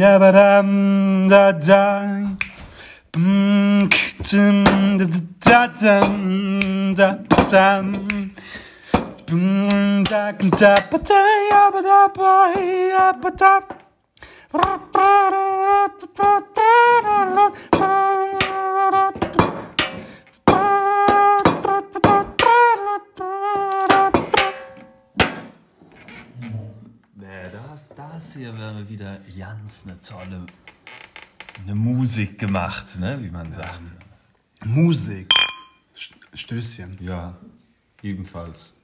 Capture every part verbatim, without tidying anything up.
Yabadam da da. Mm, ktum, da da da da da. Mm, da da da da yabada ba yabada. Das, das hier wäre wieder ganz eine tolle eine Musik gemacht, ne, wie man sagt. Musik. Stößchen. Ja, ebenfalls.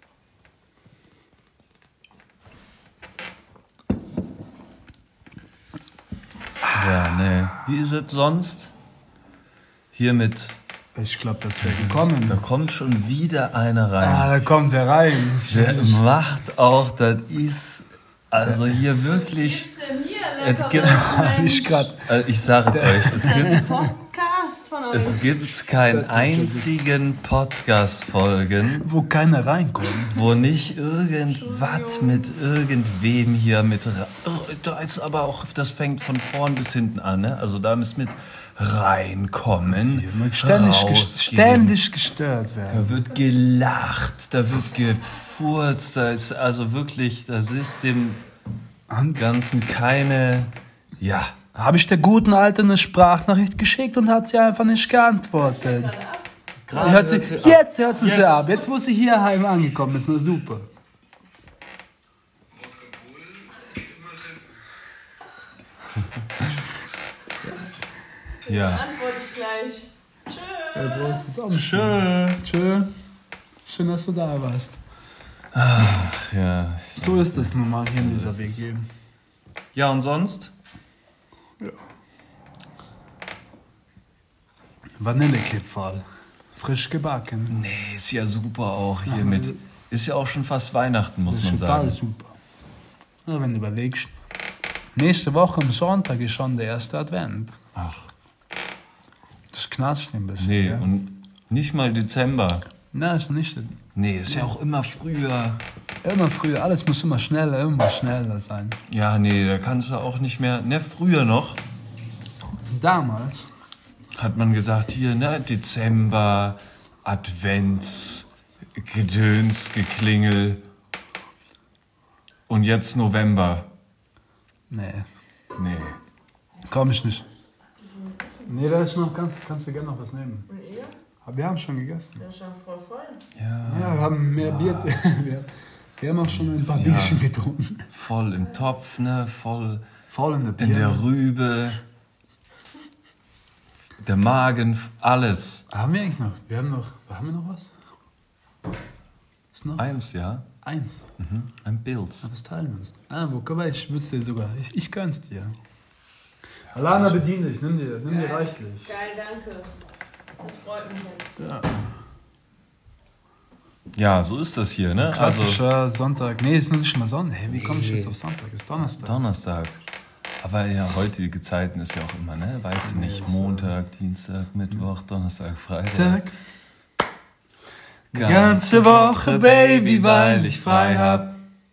Ja, ne. Wie ist es sonst? Hier mit... Ich glaube, das wäre gekommen. Da kommt schon wieder einer rein. Ah, da kommt der rein. Der macht auch, das ist... Also hier wirklich... Gibt's denn hier es gibt, Hab ich grad. also ich sage euch, es gibt, Podcast von euch. es gibt keinen einzigen Podcast-Folgen, Wo keiner reinkommt. wo nicht irgendwas mit irgendwem hier mit... ra- Oh, da ist aber auch, das fängt von vorn bis hinten an, ne? Also da ist mit reinkommen, Ständig, ges- rausgehen. ständig gestört werden. Da wird gelacht, da wird gefurzt, da ist also wirklich, das ist dem Ganzen keine, ja, Habe ich der guten Alten eine Sprachnachricht geschickt und hat sie einfach nicht geantwortet. gerade Hört sie, hört sie ab. jetzt hört sie sie Jetzt. ab. Jetzt, wo sie hier heim angekommen ist, na super. Ja. Antworte ich gleich. Tschö. Ja, Prost, ist auch Schön. Schön. Schön, dass du da warst. Ach ja. So ist es nun mal hier in dieser W G. Ja, und sonst? Vanillekipferl. Frisch gebacken. Nee, ist ja super auch hier mit. Ist ja auch schon fast Weihnachten, muss Das ist man total sagen. super. Ja, wenn du überlegst, nächste Woche am Sonntag ist schon der erste Advent. Ach, Das knatscht ein bisschen. nee, ja. und nicht mal Dezember. Nein, ist nicht. Nee, ist ja auch immer früher. Immer früher, alles muss immer schneller, immer schneller sein. Ja, nee, da kannst du auch nicht mehr. Ne, früher noch Damals, hat man gesagt, hier, ne, Dezember, Advents, Gedöns, Geklingel. Und jetzt November. nee, Nee. komm ich nicht. Nee, da ist noch, kannst, kannst du gerne noch was nehmen. Und ihr? Aber wir haben schon gegessen. Ja, schon voll voll. Ja, Ja, wir haben mehr Bier. Wir, wir haben auch schon ein paar Ja. Bierchen getrunken. voll im Topf, ne, voll Voll in der Bier. in der Rübe. Der Magen, alles. Haben wir eigentlich noch? Wir haben noch. Haben wir noch was? Ist noch? Eins, ja. Eins. Mhm. Ein Pilz. Was teilen wir uns? Ah, wo komm, ich wüsste dir sogar. Ich, ich gönn's dir. Alana, bedien dich. Nimm dir, nimm dir reichlich. Geil, danke. Das freut mich jetzt. Ja. Ja, so ist das hier, ne? Also Klassischer Sonntag. Nee, ist noch nicht mal Sonntag. Hey, wie komme ich jetzt auf Sonntag? Ist Donnerstag. Donnerstag. Aber ja, heutige Zeiten ist ja auch immer, ne? Weißt du nicht, Montag, Dienstag, Mittwoch, Donnerstag, Freitag. Tag. Ganze Woche, Baby, weil ich frei hab.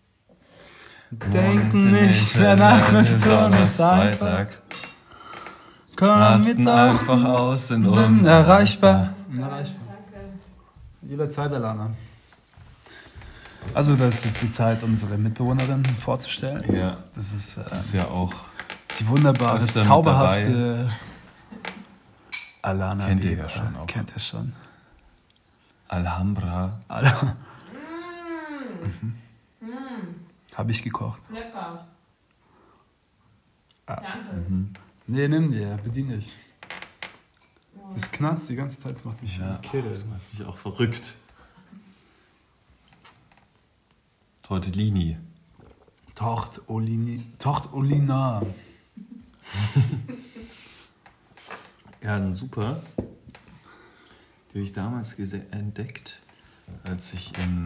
Denken nicht mehr nach mit Donnerstag. Komm Rasten mit einfach aus, sind sind unerreichbar. erreichbar. Unerreichbar. Danke. Jederzeit, Alana. Also, das ist jetzt die Zeit, unsere Mitbewohnerin vorzustellen. Ja, Das ist äh, das ist ja auch, die wunderbare, öfter mit zauberhafte Alana Kennt ihr ja Weber. schon auch. Kennt ihr schon. Alhambra. Alana. Mm. Habe ich gekocht. Lecker. Ah. Danke. Nee, nimm dir, bedien dich. Das knarzt die ganze Zeit, das macht mich Ja, kirre. das macht mich auch verrückt. Tortellini. Tocht Olini. Tocht Olina. Ja, dann super. Die habe ich damals gese- entdeckt, als ich im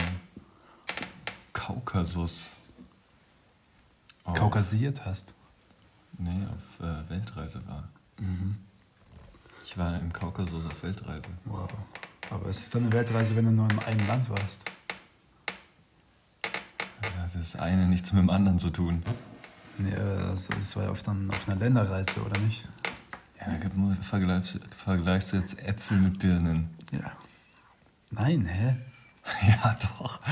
Kaukasus auf, Kaukasiert hast. nee, auf äh, Weltreise war. Ich war im Kaukasus auf Weltreise. Wow. Aber es ist dann eine Weltreise, wenn du nur im einen Land warst. Das ist das eine nichts mit dem anderen zu tun. Nee, das, das war ja auf, dann, auf einer Länderreise, oder nicht? Ja, vergleichst, vergleichst du jetzt Äpfel mit Birnen? Ja. Nein, hä? Ja, doch.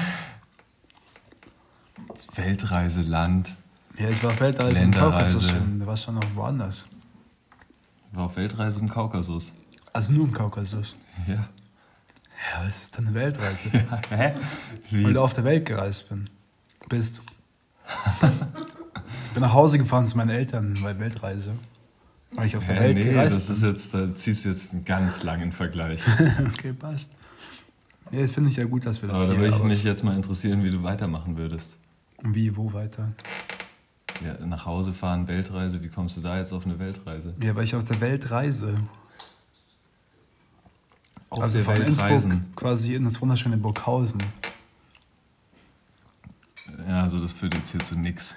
Weltreise, Land. Ja, ich war auf Weltreise im Länderreise. Kaukasus schon. Du warst schon noch woanders. War auf Weltreise im Kaukasus. Also nur im Kaukasus. Ja. Ja, was ist denn eine Weltreise? Ja, hä? Wie? Weil du auf der Welt gereist bin. bist. Ich bin nach Hause gefahren zu meinen Eltern bei Weltreise. Weil ich auf der Hä, Welt nee, gereist das ist jetzt, da ziehst du jetzt einen ganz langen Vergleich. bin. Okay, passt. Ja, das finde ich ja gut, dass wir das Aber da hier würde ich aus- mich jetzt mal interessieren, wie du weitermachen würdest. Wie, wo weiter? Ja, nach Hause fahren, Weltreise, wie kommst du da jetzt auf eine Weltreise? Ja, weil ich auf der Welt reise. Auf also der von Welt Innsbruck reisen. quasi in das wunderschöne Burghausen. Ja, also das führt jetzt hier zu nix.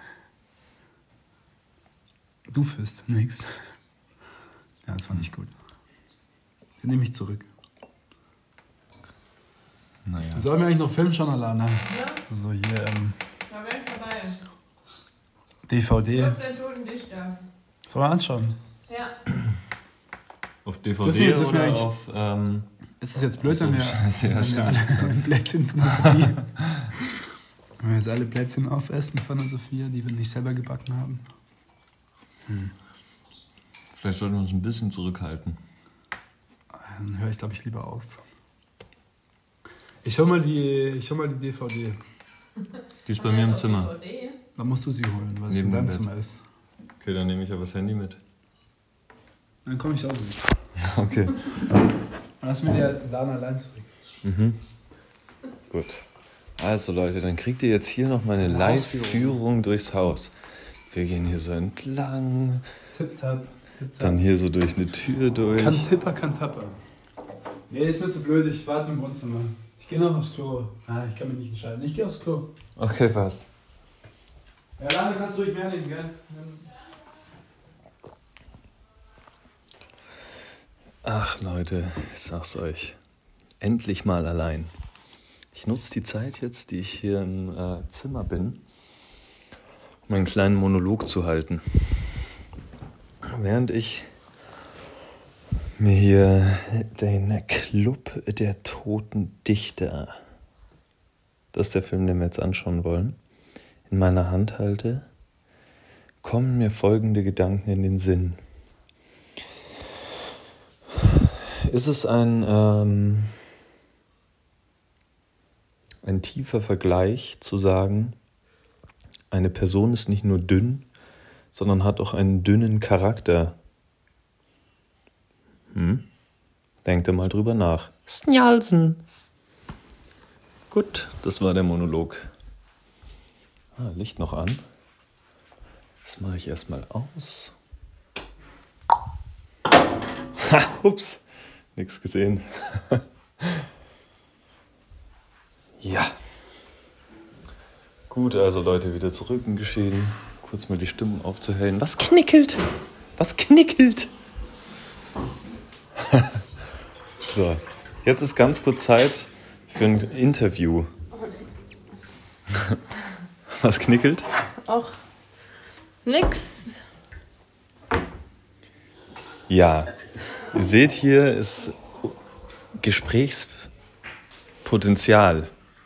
Du führst nix. Ja, das war nicht gut. Den nehme ich zurück. Naja. Sollen wir eigentlich noch Film schon, Alana? Ja, So hier ähm, da wäre ich dabei. D V D. Club der Toten Dichter. Sollen wir anschauen? Ja. Auf D V Dürfen D wir- dürfen wir oder eigentlich- auf... Ähm, Ist es jetzt blöd, so, wenn wir, Scheiße, ja, wenn wir stimmt. alle Plätzchen von der Sophie... wenn wir jetzt alle Plätzchen aufessen von der Sophia, die wir nicht selber gebacken haben? Vielleicht sollten wir uns ein bisschen zurückhalten. Dann höre ich, glaube ich, lieber auf. Ich hol mal die, ich hol mal die D V D. Die ist bei mir im Zimmer. D V D. Dann musst du sie holen, was Neben in deinem dem Bett. Zimmer ist. Okay, dann nehme ich aber das Handy mit. Dann komme ich auch mit. Okay. Dann lass mir der Lana allein zurück. Mhm. Gut. Also Leute, dann kriegt ihr jetzt hier noch mal eine Eine Live-Führung durchs Haus. Wir gehen hier so entlang, Tipp-Tap, Tipp-Tap. dann hier so durch eine Tür durch. Kann Tipper, kann Tapper. Nee, ist mir zu blöd, ich warte im Wohnzimmer. Ich gehe noch aufs Klo. Ah, ich kann mich nicht entscheiden. Ich gehe aufs Klo. Okay, passt. Ja, Lana, kannst du ruhig mehr nehmen, gell? Ach Leute, ich sag's euch. Endlich mal allein. Ich nutze die Zeit jetzt, die ich hier im äh, Zimmer bin, um einen kleinen Monolog zu halten. Während ich mir hier den Club der Toten Dichter, das ist der Film, den wir jetzt anschauen wollen, in meiner Hand halte, kommen mir folgende Gedanken in den Sinn. Ist es ein, ähm, ein tiefer Vergleich zu sagen, eine Person ist nicht nur dünn, sondern hat auch einen dünnen Charakter? Hm? Denkt ihr mal drüber nach. Snjalsen. Gut, das war der Monolog. Ah, Licht noch an. Das mache ich erstmal aus. Ha, ups. Nichts gesehen. Ja. Gut, also Leute, wieder zurück im Geschehen. Kurz mal die Stimmen aufzuhellen. Was knickelt? Was knickelt? So, jetzt ist ganz kurz Zeit für ein Interview. Was knickelt? Auch nix. Ja, ihr seht hier ist Gesprächspotenzial.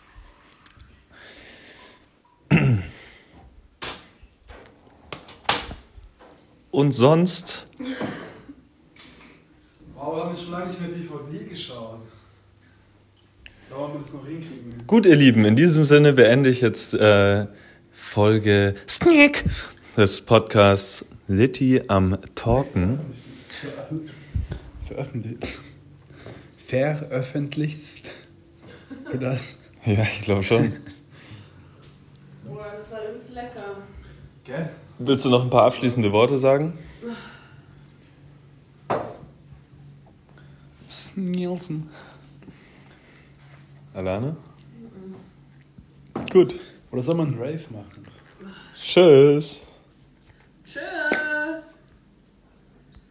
Und sonst, Wow, wir haben jetzt schon lange nicht mehr D V D geschaut. Sollen wir das noch hinkriegen? gut ihr Lieben, in diesem Sinne beende ich jetzt äh, Folge Snack des Podcasts Litti am Talken. Veröffentlicht. Veröffentlicht. Oder das? Ja, ich glaube schon. Boah, das war übelst lecker. Gell? Willst du noch ein paar abschließende Worte sagen? Nielsen. Alane? Gut. Oder soll man einen Rave machen? Tschüss. Tschüss.